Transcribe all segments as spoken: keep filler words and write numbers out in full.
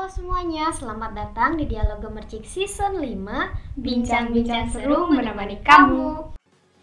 semuanya, selamat datang di Dialog Gemercik Season lima, Bincang-bincang seru menemani kamu.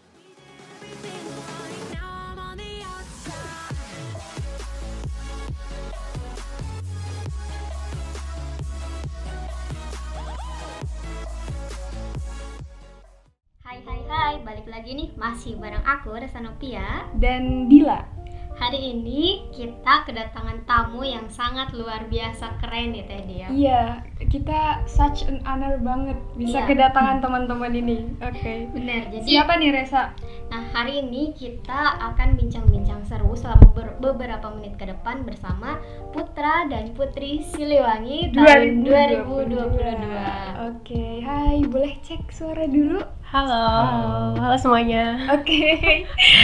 Hai hai hai, balik lagi nih, masih bareng aku, Resanopia dan Dila. Hari ini kita kedatangan tamu yang sangat luar biasa keren ya Teh Dia. Iya, kita such an honor banget bisa Iya. kedatangan teman-teman ini. Oke. Okay. Benar. Jadi siapa nih Resa? Nah, hari ini kita akan bincang-bincang seru selama ber- beberapa menit ke depan bersama Putra dan Putri Siliwangi tahun dua ribu dua puluh dua. Oke, okay. Hai, boleh cek suara dulu? Halo, halo, halo semuanya. Oke, okay.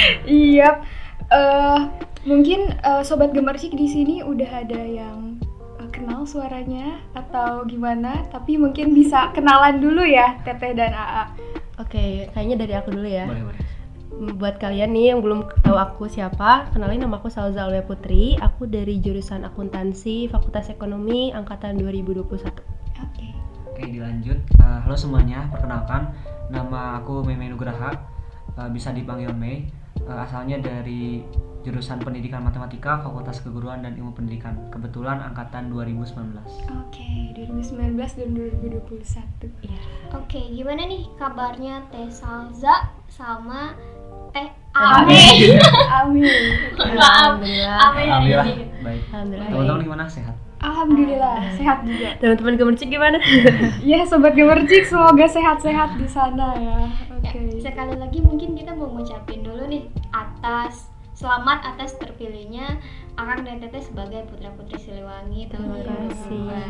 Iya. Uh, mungkin uh, sobat Gemercik di sini udah ada yang uh, kenal suaranya atau gimana, tapi mungkin bisa kenalan dulu ya Teteh dan A A. Oke, kayaknya dari aku dulu ya. Boleh, boleh. Buat kalian nih yang belum tahu aku siapa, kenalin nama aku Salza Aulia Putri. Aku dari jurusan akuntansi Fakultas Ekonomi angkatan dua ribu dua puluh satu. Oke. Oke, dilanjut. Uh, halo semuanya, perkenalkan nama aku Mei Mei Nugraha, uh, bisa dipanggil Mei. Uh, asalnya dari jurusan Pendidikan Matematika Fakultas Keguruan dan Ilmu Pendidikan, kebetulan angkatan dua ribu sembilan belas. Oke, dua ribu sembilan belas dan dua ribu dua puluh satu. Iya. Oke, gimana nih kabarnya Teh Salza sama Teh Ame? Ame? Ame. Alhamdulillah. Ame. Alhamdulillah, baik. Alhamdulillah. Teman-teman gimana, sehat? Alhamdulillah, sehat juga. Teman-teman Gemercik gimana? Ya, sobat Gemercik semoga sehat-sehat di sana ya. Oke. Ya, sekali lagi mungkin kita mau ngucapin dulu nih atas selamat atas terpilihnya Akang dan Teteh sebagai putra-putri Siliwangi tahun dua ribu dua puluh dua.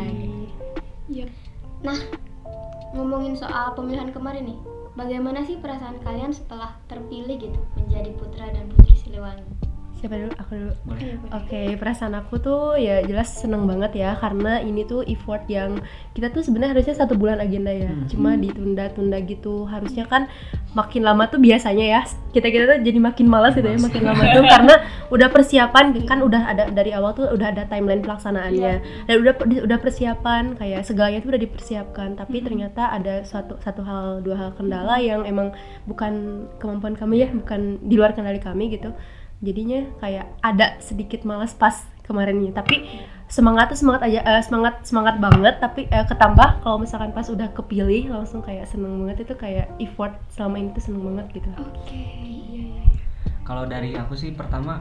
Yep. Nah, ngomongin soal pemilihan kemarin nih, bagaimana sih perasaan kalian setelah terpilih gitu menjadi putra dan putri Siliwangi? Siapa dulu? Aku dulu. Boleh. Oke, perasaan aku tuh ya jelas seneng banget ya, karena ini tuh effort yang kita tuh sebenarnya harusnya satu bulan agenda ya, Hmm. cuma ditunda-tunda gitu. Harusnya kan makin lama tuh biasanya ya kita kita tuh jadi makin malas gitu ya, makin lama tuh karena udah persiapan kan, udah ada dari awal tuh udah ada timeline pelaksanaannya dan udah udah persiapan kayak segalanya tuh udah dipersiapkan, tapi ternyata ada suatu satu hal dua hal kendala yang emang bukan kemampuan kami ya, bukan di luar kendali kami gitu. Jadinya kayak ada sedikit malas pas kemarinnya, tapi semangat tuh semangat aja, uh, semangat semangat banget, tapi uh, ketambah kalau misalkan pas udah kepilih langsung kayak seneng banget, itu kayak effort selama ini tuh seneng banget gitu. Oke. Iya, iya. Kalau dari aku sih pertama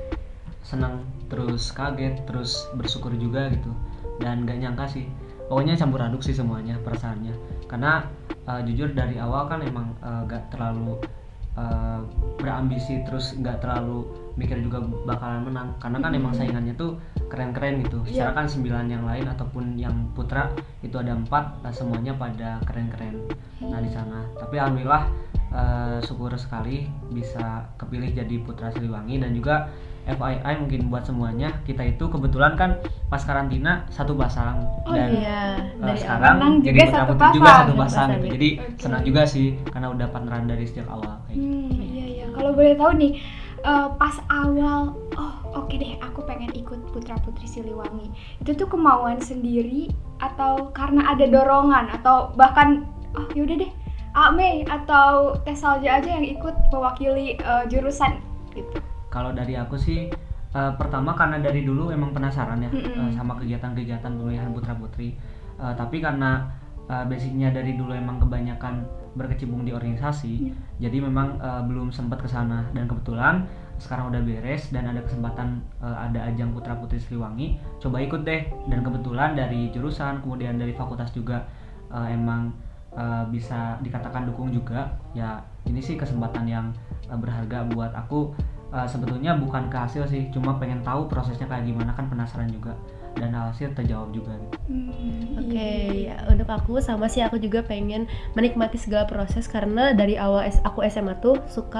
senang, terus kaget, terus bersyukur juga gitu, dan gak nyangka sih. Pokoknya campur aduk sih semuanya perasaannya, karena uh, jujur dari awal kan emang uh, gak terlalu Uh, berambisi, terus nggak terlalu mikir juga bakalan menang, karena kan emang saingannya tuh keren-keren gitu. Secara kan sembilan yang lain ataupun yang putra itu ada empat, nah semuanya pada keren-keren. Nah di sana, tapi alhamdulillah uh, syukur sekali bisa kepilih jadi putra Siliwangi. Dan juga F Y I mungkin buat semuanya, kita itu kebetulan kan pas karantina satu pasang, Oh, dan iya. uh, Dari sekarang menang jadi juga putra satu putri juga pasang. satu pasang Pasang, gitu. ya. Jadi Oke. senang juga sih karena udah partneran dari sejak awal kayak gitu. Hmm, iya iya. Kalau boleh tahu nih, uh, pas awal, oh oke deh, aku pengen ikut Putra Putri Siliwangi. Itu tuh kemauan sendiri atau karena ada dorongan, atau bahkan oh yaudah deh, Ame atau Teh Salja aja yang ikut mewakili uh, jurusan gitu. Kalau dari aku sih uh, pertama karena dari dulu emang penasaran ya Mm-mm. uh, sama kegiatan-kegiatan pemilihan putra-putri. Uh, tapi karena uh, basicnya dari dulu emang kebanyakan berkecimpung di organisasi, Yeah. jadi memang uh, belum sempat kesana, dan kebetulan sekarang udah beres dan ada kesempatan uh, ada ajang Putra Putri Siliwangi, coba ikut deh. Dan kebetulan dari jurusan kemudian dari fakultas juga uh, emang uh, bisa dikatakan dukung juga ya. Ini sih kesempatan yang uh, berharga buat aku. Uh, sebetulnya bukan ke hasil sih, cuma pengen tahu prosesnya kayak gimana, kan penasaran juga, dan hasil terjawab juga gitu. Hmm, Oke, iya. ya, untuk aku sama sih, aku juga pengen menikmati segala proses, karena dari awal S- aku S M A tuh suka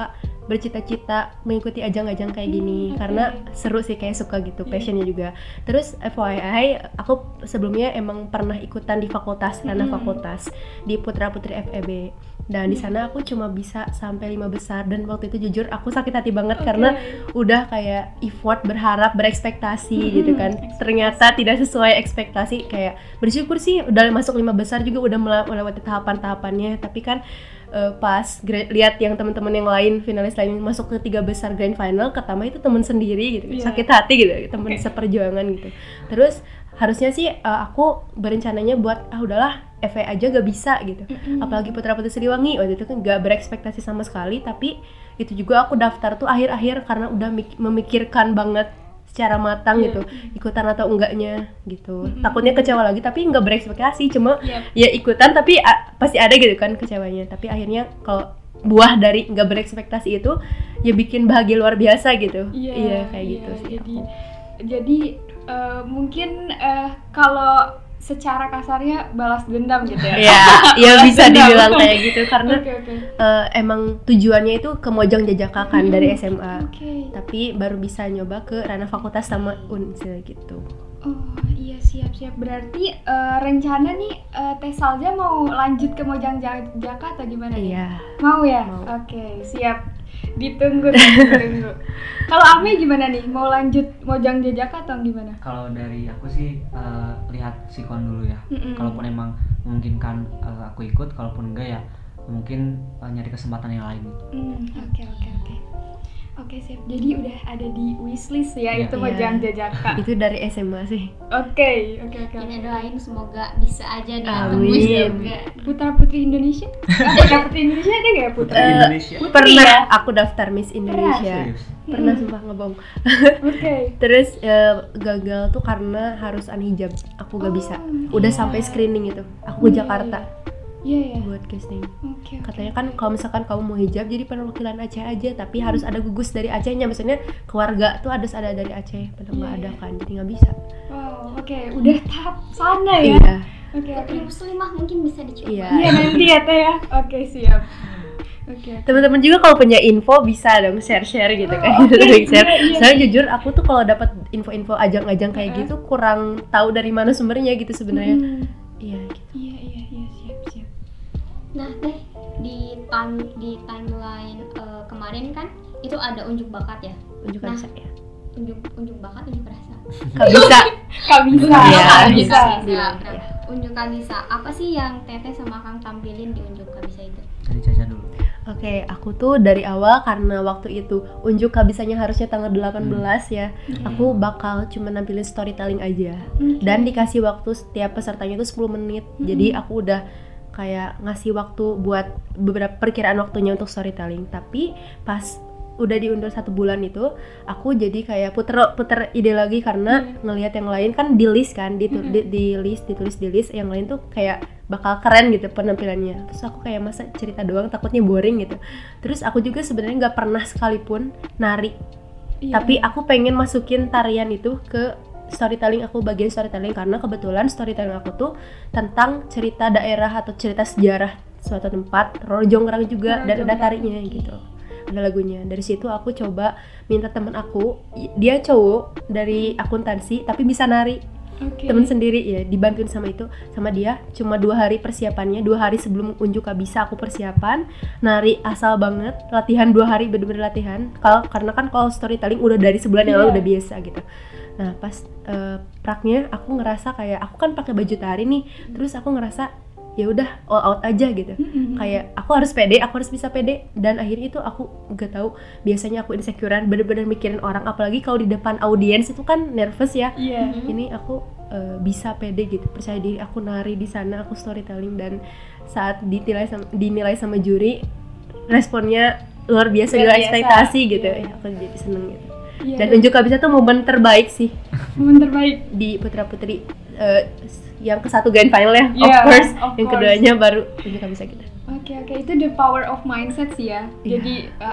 bercita-cita mengikuti ajang-ajang kayak gini Hmm, karena oke. seru sih, kayak suka gitu, Iya. passionnya juga. Terus F Y I aku sebelumnya emang pernah ikutan di fakultas, ranah Hmm. fakultas di Putra Putri F E B, dan di Iya. sana aku cuma bisa sampai lima besar, dan waktu itu jujur aku sakit hati banget Oke. karena udah kayak effort, berharap, berekspektasi Mm-mm, gitu kan, ekspektasi. ternyata tidak sesuai ekspektasi. Kayak bersyukur sih udah masuk lima besar juga udah mela- melewati tahapan-tahapannya, tapi kan eh, pas gra- lihat yang teman-teman yang lain, finalis lain masuk ke tiga besar grand final, ketambah itu teman sendiri gitu, Iya. sakit hati gitu, teman Oke. seperjuangan gitu. Terus harusnya sih eh, aku berencananya buat ah udahlah F E aja gak bisa gitu, Mm-mm. apalagi Putra Putri Siliwangi waktu itu kan gak berekspektasi sama sekali, tapi itu juga aku daftar tuh akhir-akhir karena udah mik- memikirkan banget secara matang Iya. gitu, ikutan atau enggaknya gitu. Mm-mm. Takutnya kecewa lagi, tapi nggak berekspektasi, cuma Yap. ya ikutan tapi a- pasti ada gitu kan kecewanya. Tapi akhirnya kalau buah dari nggak berekspektasi itu ya bikin bahagia luar biasa gitu. Iya, kayak iya, gitu sih. Jadi, aku. jadi eh, mungkin eh, kalau secara kasarnya balas dendam gitu ya. Iya, ya Balas bisa dendam. dibilang kayak gitu karena Oke oke. eh, emang tujuannya itu ke Mojang Jajaka kan Hmm, dari S M A. Oke. Tapi baru bisa nyoba ke ranah fakultas sama Unsil gitu. Oh iya siap-siap. Berarti eh, rencana nih eh, Teh Salja mau lanjut ke Mojang Jajaka atau gimana nih? Iya. Mau ya? Mau. Oke, siap. Ditunggu, ditunggu. Kalau Ame gimana nih? Mau lanjut Mojang Jajaka atau gimana? Kalau dari aku sih eh, lihat sikon dulu ya. Mm-mm. Kalaupun emang memungkinkan eh, aku ikut, kalaupun enggak ya mungkin eh, nyari kesempatan yang lain gitu. Hmm, oke oke oke. Oke siap. Jadi udah ada di wishlist ya Iya. itu Iya. Mojang Jajaka. Itu dari S M A sih. Oke, oke oke. Kita doain semoga bisa aja nih Amin. tembus juga. Putra Putri Indonesia? Ah, Putra Putri Indonesia ada nggak ya Putra? Putri Eh, Indonesia. Putri Pernah ya? aku daftar Miss Indonesia. Serius. Pernah Mm-mm. sumpah ngebohong. Oke. Terus eh, gagal tuh karena harus unhijab. Aku gak Oh, bisa. Udah iya. sampai screening itu. Aku ke Iya, Jakarta Iya ya. buat casting. Oke. oke. Katanya kan kalau misalkan kamu mau hijab jadi perwakilan Aceh aja, tapi harus ada gugus dari Acehnya. Maksudnya keluarga tuh harus ada dari Aceh. Padahal nggak Iya, ada iya. kan, jadi nggak bisa. Wow, oke. Udah tahap sana ya. Iya. Oke oke. Putri muslimah mungkin bisa dicoba. Iya. Iya nanti ya Teh ya. Oke siap. Oke. oke. Teman-teman juga kalau punya info bisa dong share-share gitu Oh, kan. oke. share. Iya, iya. Soalnya jujur aku tuh kalau dapat info-info ajang-ajang kayak Uh-uh. gitu kurang tahu dari mana sumbernya gitu sebenarnya. Hmm. Iya gitu. Iya iya iya siap siap. Nah, Teh, di time di timeline eh, kemarin kan itu ada unjuk bakat ya. Unjukkan Nah. saya. Unjuk unjuk bakat, unjuk rasa. Gak bisa. Kak bisa. Iya, Kak bisa. bisa. Iya. Nah, unjuk Kabisa. Apa sih yang Teteh sama Kang tampilin di unjuk Kabisa itu? Dari Caca dulu. Oke, aku tuh dari awal karena waktu itu unjuk kabisanya harusnya tanggal delapan belas ya. Aku bakal cuma nampilin storytelling aja. Oke. Dan dikasih waktu setiap pesertanya itu sepuluh menit. Hmm. Jadi aku udah kayak ngasih waktu buat beberapa perkiraan waktunya untuk storytelling. Tapi pas udah diundur satu bulan itu, aku jadi kayak puter puter ide lagi karena Hmm. ngelihat yang lain kan di list kan, di, Hmm. di, di list ditulis di list yang lain tuh kayak bakal keren gitu penampilannya. Terus aku kayak masa cerita doang takutnya boring gitu. Terus aku juga sebenarnya nggak pernah sekalipun nari, Iya. tapi aku pengen masukin tarian itu ke storytelling aku, bagian storytelling, karena kebetulan storytelling aku tuh tentang cerita daerah atau cerita sejarah suatu tempat, Roro Jonggrang juga, dan ada Roro Jonggrang, tarinya oke. gitu, ada lagunya. Dari situ aku coba minta temen aku, i- dia cowok dari akuntansi tapi bisa nari, Oke. temen sendiri ya, dibantuin sama itu sama dia. Cuma dua hari persiapannya, dua hari sebelum unjuk kabisa aku persiapan nari asal banget, latihan dua hari, bener-bener latihan. Kalau karena kan kalau storytelling udah dari sebulan yang Iya. lalu udah biasa gitu. Nah pas eh, praknya aku ngerasa kayak aku kan pakai baju tari nih, terus aku ngerasa ya udah all out aja gitu. Mm-mm. Kayak aku harus pede, aku harus bisa pede. Dan akhirnya itu aku gak tahu, biasanya aku insecurean, bener-bener mikirin orang, apalagi kalau di depan audiens itu kan nervous ya. Iya. Ini aku uh, bisa pede gitu, percaya diri, aku nari di sana, aku storytelling, dan saat dinilai sama, dinilai sama juri, responnya luar biasa, Luar luar biasa. ekspektasi gitu. Iya. Ya, aku jadi seneng gitu. Iya. Dan unjuk kabisa tuh momen terbaik sih momen terbaik. di Putra Putri, uh, yang ke satu grand final ya, Iya, of course. of Yang course. keduanya baru unjuk kabisa gitu. Oke oke, itu the power of mindset sih ya. Iya. Jadi uh,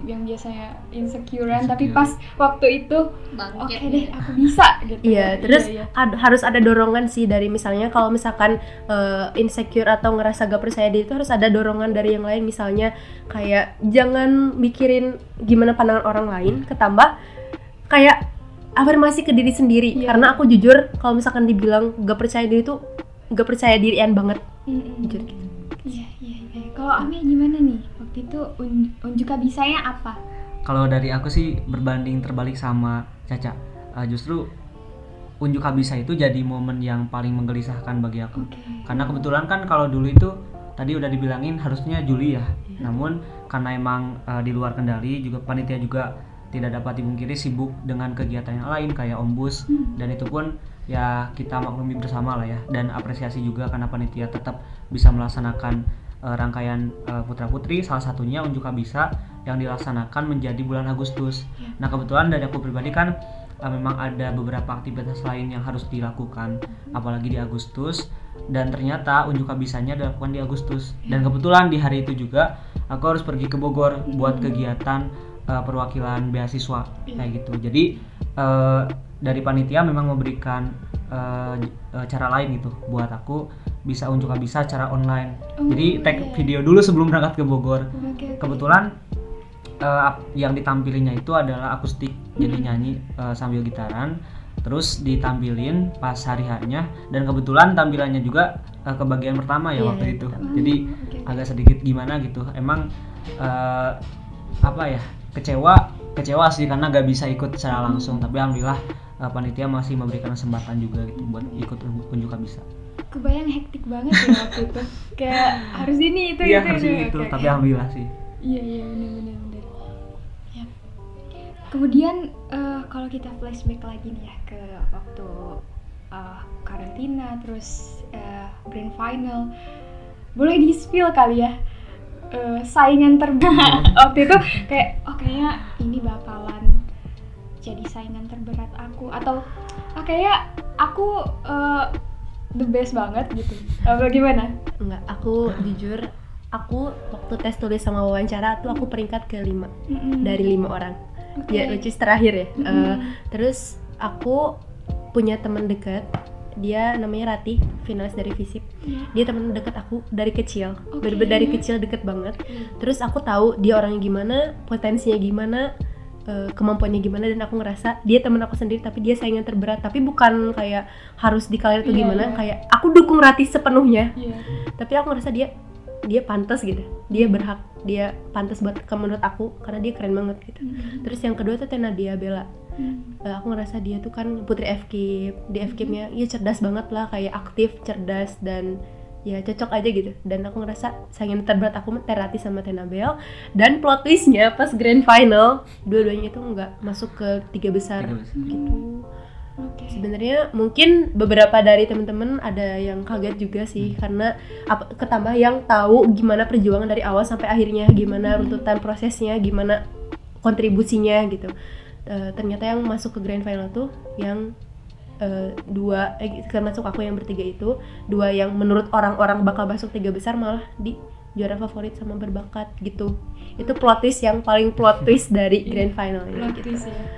yang biasanya insecurean Insecure. tapi pas waktu itu Bangkit oke gitu. deh aku bisa gitu. Iya, terus Iya, iya. ad- harus ada dorongan sih dari misalnya kalau misalkan eh, insecure atau ngerasa gak percaya diri itu harus ada dorongan dari yang lain, misalnya kayak jangan mikirin gimana pandangan orang lain, ketambah kayak afirmasi ke diri sendiri. Iya. Karena aku jujur kalau misalkan dibilang gak percaya diri itu gak percaya dirian banget. Mm-mm. Jujur gitu. Iya, iya, iya. Kalau Ame gimana nih? Waktu itu un- unjuk bisanya apa? Kalau dari aku sih berbanding terbalik sama Caca. Uh, justru unjuk bisa itu jadi momen yang paling menggelisahkan bagi aku. Oke. Karena kebetulan kan kalau dulu itu tadi udah dibilangin harusnya Juli ya. Namun karena emang uh, di luar kendali, juga panitia juga tidak dapat dipungkiri sibuk dengan kegiatan yang lain kayak ombus, Hmm. dan itu pun ya kita maklumi bersama lah ya, dan apresiasi juga karena panitia tetap bisa melaksanakan uh, rangkaian uh, putra-putri, salah satunya unjuk bisa yang dilaksanakan menjadi bulan Agustus. Ya. Nah kebetulan dari aku pribadi kan uh, memang ada beberapa aktivitas lain yang harus dilakukan, apalagi di Agustus, dan ternyata unjuk bisanya dilakukan di Agustus. Dan kebetulan di hari itu juga aku harus pergi ke Bogor buat kegiatan uh, perwakilan beasiswa kayak gitu. Jadi uh, dari panitia memang memberikan uh, j- uh, cara lain gitu buat aku bisa unjuk bisa secara online. Oh, Jadi tag iya. video dulu sebelum berangkat ke Bogor. Oke, oke. Kebetulan uh, ap- yang ditampilinya itu adalah akustik, jadi nyanyi uh, sambil gitaran, terus ditampilin pas hari hanya, dan kebetulan tampilannya juga uh, ke bagian pertama ya Iya, waktu iya, itu. pertama. Jadi Oh, oke, oke. agak sedikit gimana gitu. Emang uh, apa ya, kecewa kecewa sih karena gak bisa ikut secara langsung, tapi alhamdulillah uh, panitia masih memberikan kesempatan juga gitu buat ikut unjuk bisa. Kebayang hektik banget ya waktu itu. Kayak harus ini itu Iya itu. harus ini. itu, Oke. tapi alhamdulillah sih. Iya iya benar benar benar. Ya. Kemudian eh, kalau kita flashback lagi nih ya ke waktu eh, karantina terus eh, grand final, boleh di spill kali ya eh, saingan terberat waktu itu kayak oh kayaknya ini bakalan jadi saingan terberat aku atau oh, kayak aku eh, the best banget gitu. Apa gimana? Enggak, aku jujur aku waktu tes tulis sama wawancara tuh aku peringkat kelima Mm-mm. dari lima orang. Oke. Ya, which is terakhir ya. Mm-mm. Eh, terus aku punya teman dekat, dia namanya Ratih, finalis dari FISIP. Iya. Dia teman dekat aku dari kecil, Oke. bener-bener dari kecil deket banget. Iya. Terus aku tahu dia orangnya gimana, potensinya gimana, eh, kemampuannya gimana, dan aku ngerasa dia teman aku sendiri tapi dia saingan terberat. Tapi bukan kayak harus dikalian atau Iya, gimana, iya. kayak aku dukung Ratih sepenuhnya. Iya. Tapi aku ngerasa dia dia pantas gitu, dia berhak, dia pantas buat ke- menurut aku karena dia keren banget gitu. Mm-mm. Terus yang kedua tuh Tenadia Bella. Mm. Eh, aku ngerasa dia tuh kan putri F K I P, di F K I P-nya ya cerdas banget lah, kayak aktif, cerdas, dan ya cocok aja gitu. Dan aku ngerasa saingan terberat aku mah Terati sama Tenabel. Dan plot twistnya pas grand final dua-duanya itu nggak masuk ke tiga besar, Tiga besar. gitu. Oke. Sebenarnya mungkin beberapa dari teman-teman ada yang kaget juga sih, karena apa, ketambah yang tahu gimana perjuangan dari awal sampai akhirnya, gimana runtutan prosesnya, gimana kontribusinya gitu. Eh, ternyata yang masuk ke grand final tuh yang eh, dua, eh, termasuk aku yang bertiga itu, dua yang menurut orang-orang bakal masuk tiga besar malah di juara favorit sama berbakat gitu. Itu plot twist yang paling plot twist dari grand final ini Plot gitu. twist ya.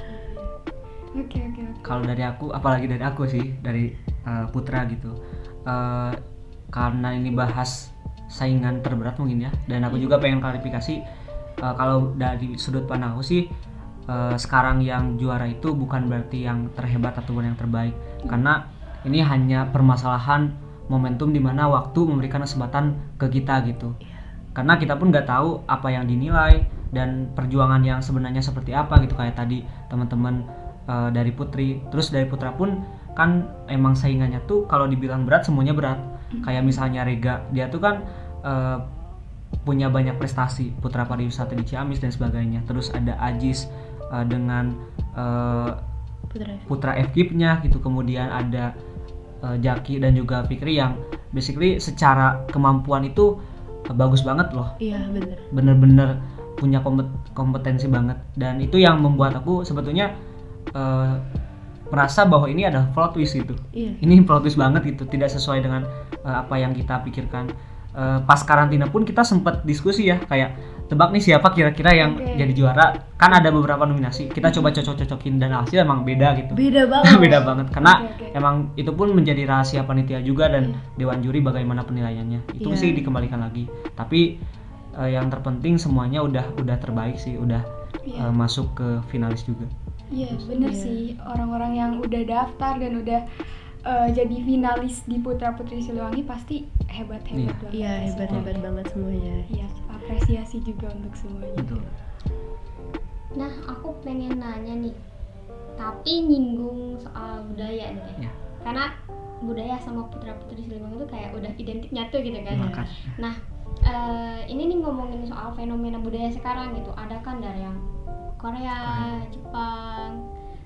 Oke oke oke. Kalau dari aku, apalagi dari aku sih, dari uh, Putra gitu, uh, karena ini bahas saingan terberat mungkin ya, dan aku juga pengen klarifikasi, uh, kalau dari sudut pandang aku sih, uh, sekarang yang juara itu bukan berarti yang terhebat ataupun yang terbaik, karena ini hanya permasalahan momentum di mana waktu memberikan kesempatan ke kita gitu, karena kita pun nggak tahu apa yang dinilai dan perjuangan yang sebenarnya seperti apa gitu. Kayak tadi teman-teman uh, dari Putri, terus dari Putra pun kan emang saingannya tuh kalau dibilang berat semuanya berat. Kayak misalnya Rega, dia tuh kan uh, punya banyak prestasi, Putra Pariwisata di Ciamis dan sebagainya. Terus ada Ajis uh, dengan uh, Putra. Putra F K I P-nya gitu. Kemudian ada uh, Jaki dan juga Fikri yang basically secara kemampuan itu uh, bagus banget loh. Iya bener. Bener-bener punya kompet- kompetensi banget, dan itu yang membuat aku sebetulnya uh, merasa bahwa ini adalah plot twist gitu. Iya. Ini plot twist banget gitu, tidak sesuai dengan uh, apa yang kita pikirkan. Uh, pas karantina pun kita sempat diskusi ya, kayak tebak nih siapa kira-kira yang Oke. jadi juara. Kan ada beberapa nominasi, kita coba cocok-cocokin dan hasil emang beda gitu. Beda banget. Beda banget karena Oke, oke. emang itu pun menjadi rahasia panitia juga dan dewan juri bagaimana penilaiannya. Itu Iya. sih dikembalikan lagi. Tapi eh, yang terpenting semuanya udah udah terbaik sih, udah Iya. eh, masuk ke finalis juga. Iya bener Iya. sih, orang-orang yang udah daftar dan udah uh, jadi finalis di Putra Putri Siliwangi pasti hebat-hebat Iya. banget. Iya, sih. hebat-hebat banget semuanya. Iya, apresiasi juga untuk semuanya. Betul. Nah, aku pengen nanya nih, tapi nyinggung soal budaya nih kayak. Ya. Karena budaya sama putra putri Siliwangi itu kayak udah identik nyatu gitu kan. Makanya. Nah, eh, ini nih ngomongin soal fenomena budaya sekarang gitu. Ada kan dari yang Korea, Jepang,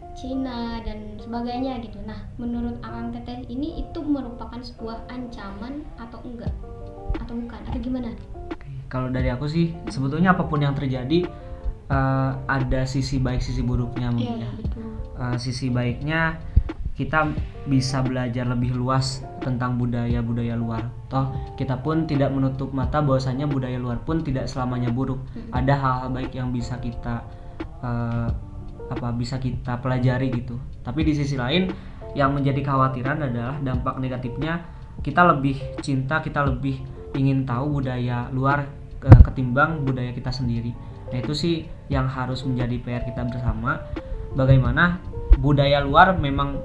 Cina dan sebagainya gitu. Nah, menurut Akang Teteh ini itu merupakan sebuah ancaman atau enggak? Atau bukan? Atau gimana? Kalau dari aku sih sebetulnya apapun yang terjadi eh, ada sisi baik sisi buruknya Iya, mungkin ya. betul. Eh, sisi baiknya kita bisa belajar lebih luas tentang budaya-budaya luar. Toh kita pun tidak menutup mata bahwasanya budaya luar pun tidak selamanya buruk. Ada hal-hal baik yang bisa kita eh, apa bisa kita pelajari gitu. Tapi di sisi lain yang menjadi kekhawatiran adalah dampak negatifnya, kita lebih cinta, kita lebih ingin tahu budaya luar ke- ketimbang budaya kita sendiri. Nah itu sih yang harus menjadi P R kita bersama. Bagaimana budaya luar memang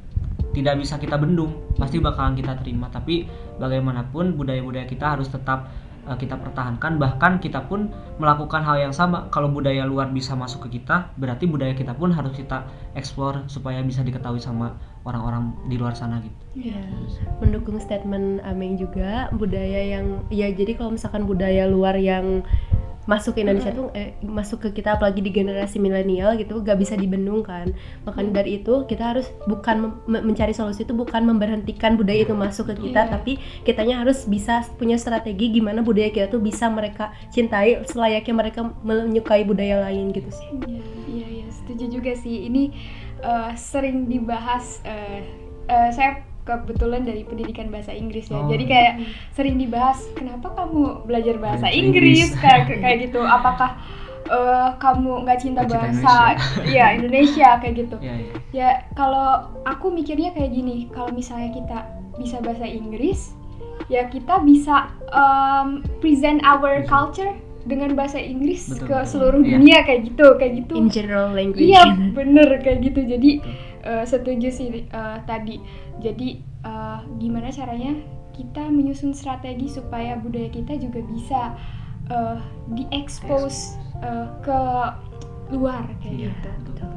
tidak bisa kita bendung, pasti bakalan kita terima. Tapi bagaimanapun budaya-budaya kita harus tetap uh, kita pertahankan. Bahkan kita pun melakukan hal yang sama. Kalau budaya luar bisa masuk ke kita, berarti budaya kita pun harus kita explore supaya bisa diketahui sama orang-orang di luar sana gitu. Ya, mendukung statement Ameng juga, budaya yang ya jadi kalau misalkan budaya luar yang masuk ke Indonesia tuh eh, masuk ke kita apalagi di generasi milenial gitu gak bisa dibendung kan. Makanya dari itu kita harus bukan mem- mencari solusi itu bukan memberhentikan budaya itu masuk ke kita, Iya. tapi kitanya harus bisa punya strategi gimana budaya kita tuh bisa mereka cintai selayaknya mereka menyukai budaya lain gitu sih. Iya, iya, iya, setuju juga sih. Ini uh, sering dibahas. Uh, uh, saya kebetulan dari pendidikan bahasa Inggris ya, Oh. jadi kayak sering dibahas kenapa kamu belajar bahasa Bahasa Inggris, Inggris. kayak kayak gitu. Apakah uh, kamu nggak cinta Nggak cinta bahasa ya Indonesia kayak gitu? Ya, ya. Ya kalau aku mikirnya kayak gini, kalau misalnya kita bisa bahasa Inggris, ya kita bisa um, present our Bisa. culture dengan bahasa Inggris Betul, ke betul. seluruh Iya. dunia kayak gitu, kayak gitu. In general language. Iya bener kayak gitu. Jadi uh, setuju sih uh, tadi. Jadi uh, gimana caranya kita menyusun strategi supaya budaya kita juga bisa uh, diekspos uh, ke luar kayak Iya, gitu. betul.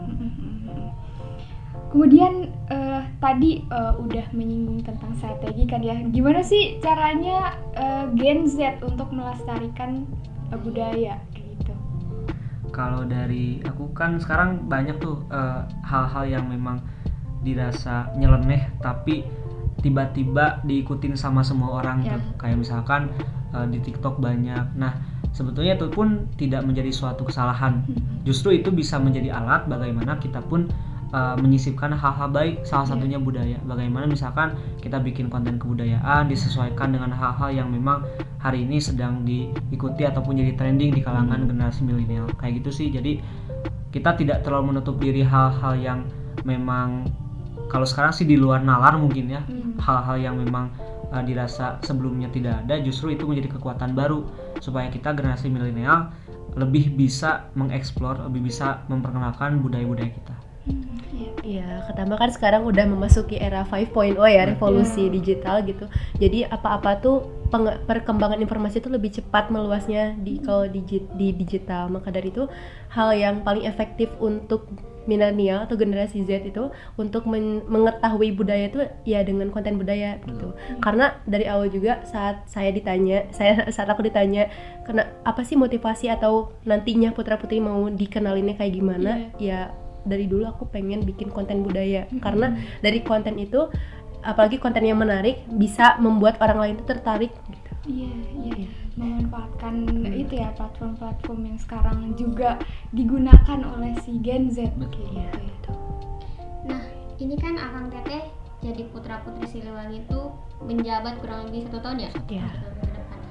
Kemudian uh, tadi uh, udah menyinggung tentang strategi kan ya. Gimana sih caranya uh, Gen Z untuk melestarikan uh, budaya kayak gitu? Kalau dari aku kan sekarang banyak tuh eh, hal-hal yang memang dirasa nyeleneh tapi tiba-tiba diikutin sama semua orang Ya. tuh. Kayak misalkan eh, di TikTok banyak. Nah, sebetulnya itu pun tidak menjadi suatu kesalahan. Justru itu bisa menjadi alat bagaimana kita pun eh, menyisipkan hal-hal baik, salah Ya. satunya budaya. Bagaimana misalkan kita bikin konten kebudayaan disesuaikan dengan hal-hal yang memang hari ini sedang diikuti ataupun jadi trending di kalangan generasi milenial. Kayak gitu sih. Jadi kita tidak terlalu menutup diri hal-hal yang memang kalau sekarang sih di luar nalar mungkin ya. Hmm. Hal-hal yang memang uh, dirasa sebelumnya tidak ada, justru itu menjadi kekuatan baru supaya kita generasi milenial lebih bisa mengeksplor, lebih bisa memperkenalkan budaya-budaya kita. Iya. Iya, ketambah kan sekarang udah memasuki era lima titik nol ya, revolusi Betul. digital gitu. Jadi apa-apa tuh penge- perkembangan informasi itu lebih cepat meluasnya di kalau di, di digital. Maka dari itu hal yang paling efektif untuk milenial atau generasi Z itu untuk men- mengetahui budaya itu ya dengan konten budaya gitu. Karena dari awal juga saat saya ditanya, saya saat aku ditanya kena apa sih motivasi atau nantinya putra-putri mau dikenalinnya kayak gimana? Ya dari dulu aku pengen bikin konten budaya karena dari konten itu apalagi konten yang menarik bisa membuat orang lain tuh tertarik gitu. Iya, iya, memanfaatkan itu ya platform-platform yang sekarang juga digunakan oleh si Gen Z. Betul. Kayak gitu. Nah, ini kan Akang Teteh jadi putra putri Siliwangi itu menjabat kurang lebih satu tahun ya? Iya. Satu tahun ke depan.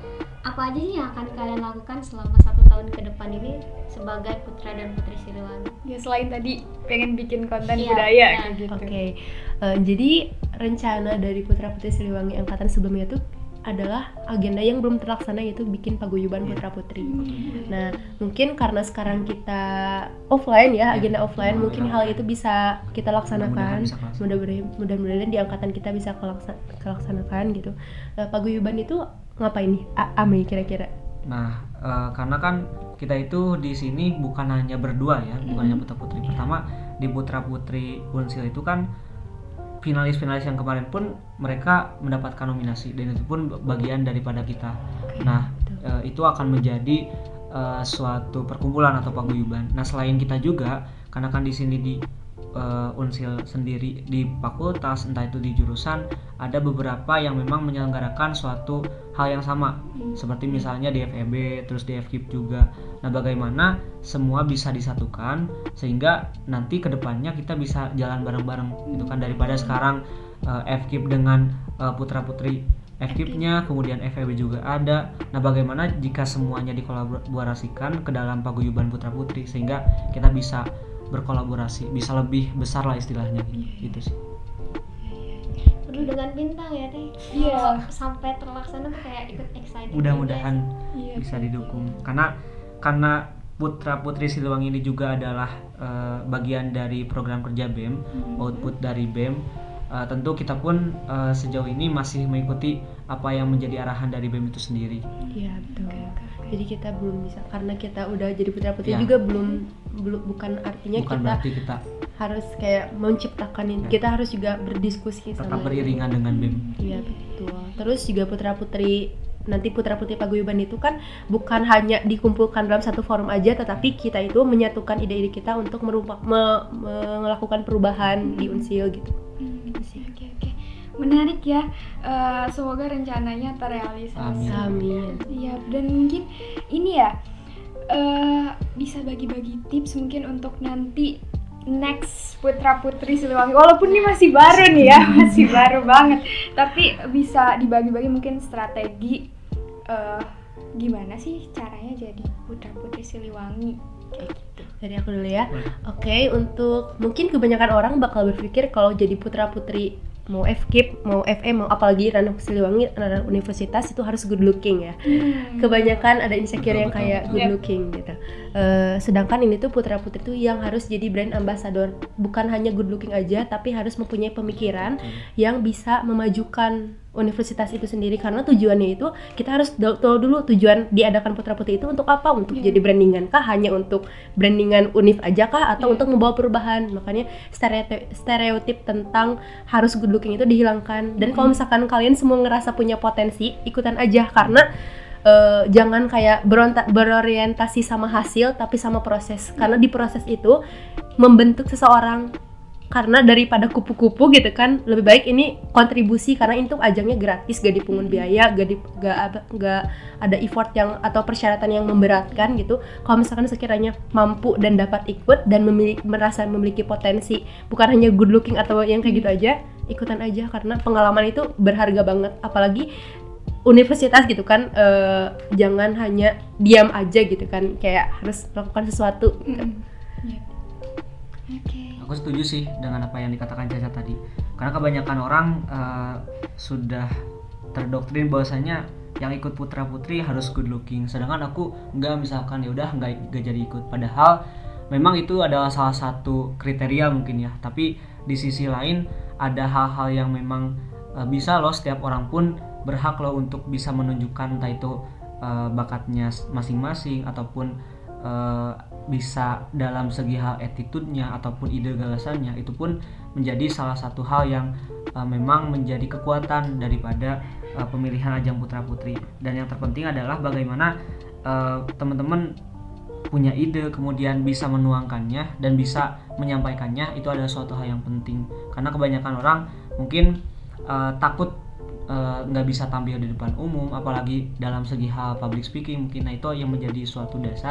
apa aja sih yang akan kalian lakukan selama satu tahun ke depan ini sebagai putra dan putri Siliwangi? Ya selain tadi pengen bikin konten Iya, budaya nah. kayak gitu. Oke, eh, jadi rencana dari Putra Putri Siliwangi angkatan sebelumnya itu adalah agenda yang belum terlaksana, yaitu bikin paguyuban Putra Putri. Nah, mungkin karena sekarang kita offline ya, Ya, agenda offline, mungkin hal itu bisa kita Mudah-mudahan laksanakan. bisa kelas. Mudah-mudahan mudah-mudahan di angkatan kita bisa kelaksa- kelaksanakan gitu. Nah, paguyuban itu ngapain nih? A- Ame kira-kira? Nah, eh, karena kan kita itu di sini bukan hanya berdua ya, bukan hanya putra putri. Pertama di putra putri Unsil itu kan finalis-finalis yang kemarin pun mereka mendapatkan nominasi dan itu pun bagian daripada kita. Nah, eh, itu akan menjadi eh, suatu perkumpulan atau paguyuban. Nah, selain kita juga, karena kan di sini di eh, Unsil sendiri di fakultas, entah itu di jurusan, ada beberapa yang memang menyelenggarakan suatu hal yang sama, seperti misalnya di F E B, terus di F K I P juga. Nah, bagaimana semua bisa disatukan sehingga nanti kedepannya kita bisa jalan bareng-bareng, gitu kan, daripada sekarang uh, F K I P dengan uh, putra-putri F K I P-nya, kemudian F E B juga ada. Nah, bagaimana jika semuanya dikolaborasikan ke dalam paguyuban putra-putri sehingga kita bisa berkolaborasi, bisa lebih besar lah istilahnya, gitu sih. Penuh dengan bintang ya teh. Iya. Kalau sampai terlaksana tuh kayak ikut excited. Mudah-mudahan Iya, bisa didukung, karena karena Putra Putri Siliwangi ini juga adalah uh, bagian dari program kerja B E M, output dari B E M. Uh, tentu kita pun uh, sejauh ini masih mengikuti apa yang menjadi arahan dari B E M itu sendiri. Iya, betul. Jadi kita belum bisa, karena kita udah jadi putra putri Ya. juga belum belum bukan artinya Bukan kita berarti kita harus kayak menciptakan ini. Ya. Kita harus juga berdiskusi tetap sama beriringan dengan B E M. Iya, betul. Terus juga putra putri, nanti putra putri paguyuban itu kan bukan hanya dikumpulkan dalam satu forum aja, tetapi kita itu menyatukan ide-ide kita untuk merupa, me, me- melakukan perubahan di Unsil gitu. Hmm, Oke oke, menarik ya. Eh, semoga rencananya terrealisasi. Amin. Amin. Iya, dan mungkin ini ya eh, bisa bagi-bagi tips mungkin untuk nanti next putra putri Siliwangi. Walaupun ini masih baru nih ya, masih baru banget, tapi bisa dibagi-bagi mungkin strategi eh, gimana sih caranya jadi putra putri Siliwangi kayak gitu. Dari aku dulu ya. Boleh. Oke, untuk mungkin kebanyakan orang bakal berpikir kalau jadi putra putri mau F K I P, mau F E, mau apalagi ranah Siliwangi, ranah universitas itu harus good looking ya. Kebanyakan ada insecure Betul, yang betul, kayak betul. good Yep. looking gitu. Eh, sedangkan ini tuh putra putri tuh yang harus jadi brand ambassador, bukan hanya good looking aja, tapi harus mempunyai pemikiran yang bisa memajukan universitas itu sendiri, karena tujuannya itu kita harus do- tahu dulu tujuan diadakan putra putri itu untuk apa, untuk Iya. jadi brandingan kah, hanya untuk brandingan univ aja kah, atau Iya. untuk membawa perubahan. Makanya stereotip, stereotip tentang harus good looking itu dihilangkan. Dan kalau misalkan kalian semua ngerasa punya potensi, ikutan aja, karena eh, jangan kayak beronta- berorientasi sama hasil tapi sama proses, karena di proses itu membentuk seseorang. Karena daripada kupu-kupu gitu kan, lebih baik ini kontribusi, karena itu ajangnya gratis, gak dipungut biaya, gak, di, gak, ada, gak ada effort yang atau persyaratan yang memberatkan gitu. Kalau misalkan sekiranya mampu dan dapat ikut dan memiliki, merasa memiliki potensi, bukan hanya good looking atau yang kayak gitu aja, ikutan aja, karena pengalaman itu berharga banget. Apalagi universitas gitu kan, eh, jangan hanya diam aja gitu kan, kayak harus melakukan sesuatu gitu. Mm-mm. Yep. Oke. Aku setuju sih dengan apa yang dikatakan Caca tadi, karena kebanyakan orang uh, sudah terdoktrin bahwasanya yang ikut putra putri harus good looking, sedangkan aku enggak, misalkan ya udah enggak, enggak jadi ikut, padahal memang itu adalah salah satu kriteria mungkin ya, tapi di sisi lain ada hal-hal yang memang uh, bisa loh, setiap orang pun berhak loh untuk bisa menunjukkan entah itu uh, bakatnya masing-masing ataupun uh, bisa dalam segi hal attitude-nya ataupun ide gagasannya, itu pun menjadi salah satu hal yang uh, memang menjadi kekuatan daripada uh, pemilihan ajang putra putri. Dan yang terpenting adalah bagaimana uh, teman-teman punya ide kemudian bisa menuangkannya dan bisa menyampaikannya, itu adalah suatu hal yang penting, karena kebanyakan orang mungkin uh, takut nggak uh, bisa tampil di depan umum, apalagi dalam segi hal public speaking mungkin. Nah, itu yang menjadi suatu dasar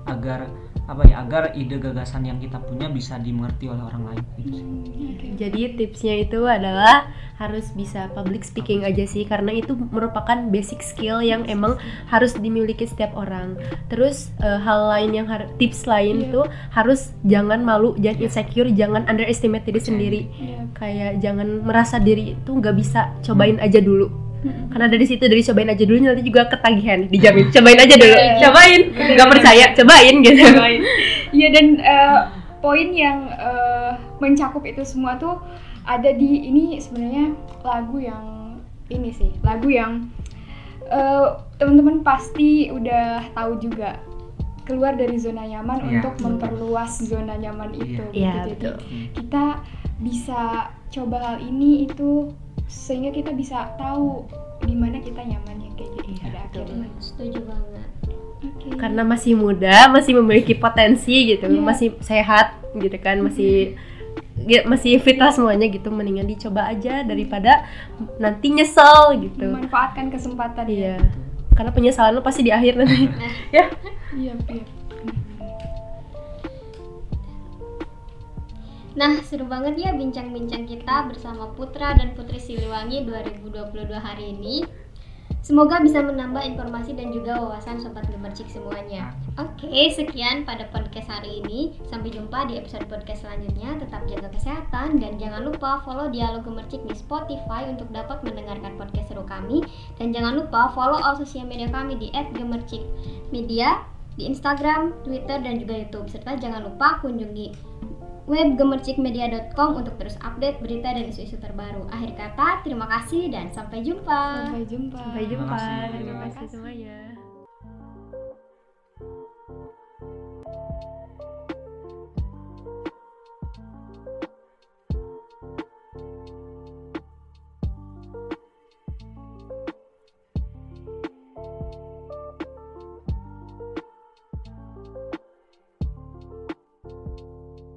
agar apa ya agar ide gagasan yang kita punya bisa dimengerti oleh orang lain gitu sih. Jadi tipsnya itu adalah harus bisa public speaking aja sih, karena itu merupakan basic skill yang emang harus dimiliki setiap orang. Terus uh, hal lain yang har- tips lain Iya. tuh harus jangan malu, jangan insecure, jangan underestimate diri Percaya. sendiri. Iya. Kayak jangan merasa diri itu nggak bisa, cobain aja dulu. Mm-mm. Karena dari situ, dari cobain aja dulu nanti juga ketagihan, dijamin. Cobain aja dulu, cobain, nggak percaya, cobain gitu. Iya, dan eh, poin yang eh, mencakup itu semua tuh ada di ini sebenarnya lagu yang ini sih, lagu yang eh, teman-teman pasti udah tahu juga, keluar dari zona nyaman Iya, untuk betul. memperluas zona nyaman itu. Iya, gitu. Jadi betul. kita bisa coba hal ini itu sehingga kita bisa tahu di mana kita nyamannya kayak gitu Iya, pada betul. akhirnya. Setuju banget. Oke. Karena masih muda, masih memiliki potensi gitu, Iya. masih sehat gitu kan, masih ya, masih fit lah semuanya gitu. Mendingan dicoba aja daripada nanti nyesel gitu. Memanfaatkan kesempatan ya. Iya, karena penyesalan lo pasti di akhir nanti. Ya, Iya, iya. Nah, seru banget ya bincang-bincang kita bersama Putra dan Putri Siliwangi dua ribu dua puluh dua hari ini. Semoga bisa menambah informasi dan juga wawasan Sobat Gemercik semuanya. Oke, sekian pada podcast hari ini. Sampai jumpa di episode podcast selanjutnya. Tetap jaga kesehatan dan jangan lupa follow Dialog Gemercik di Spotify untuk dapat mendengarkan podcast seru kami. Dan jangan lupa follow all sosial media kami di et gemercik media di Instagram, Twitter, dan juga YouTube. Serta jangan lupa kunjungi web gemercikmedia dot com untuk terus update berita dan isu-isu terbaru. Akhir kata, terima kasih dan sampai jumpa. Sampai jumpa. sampai jumpa. kasih. Terima kasih semuanya.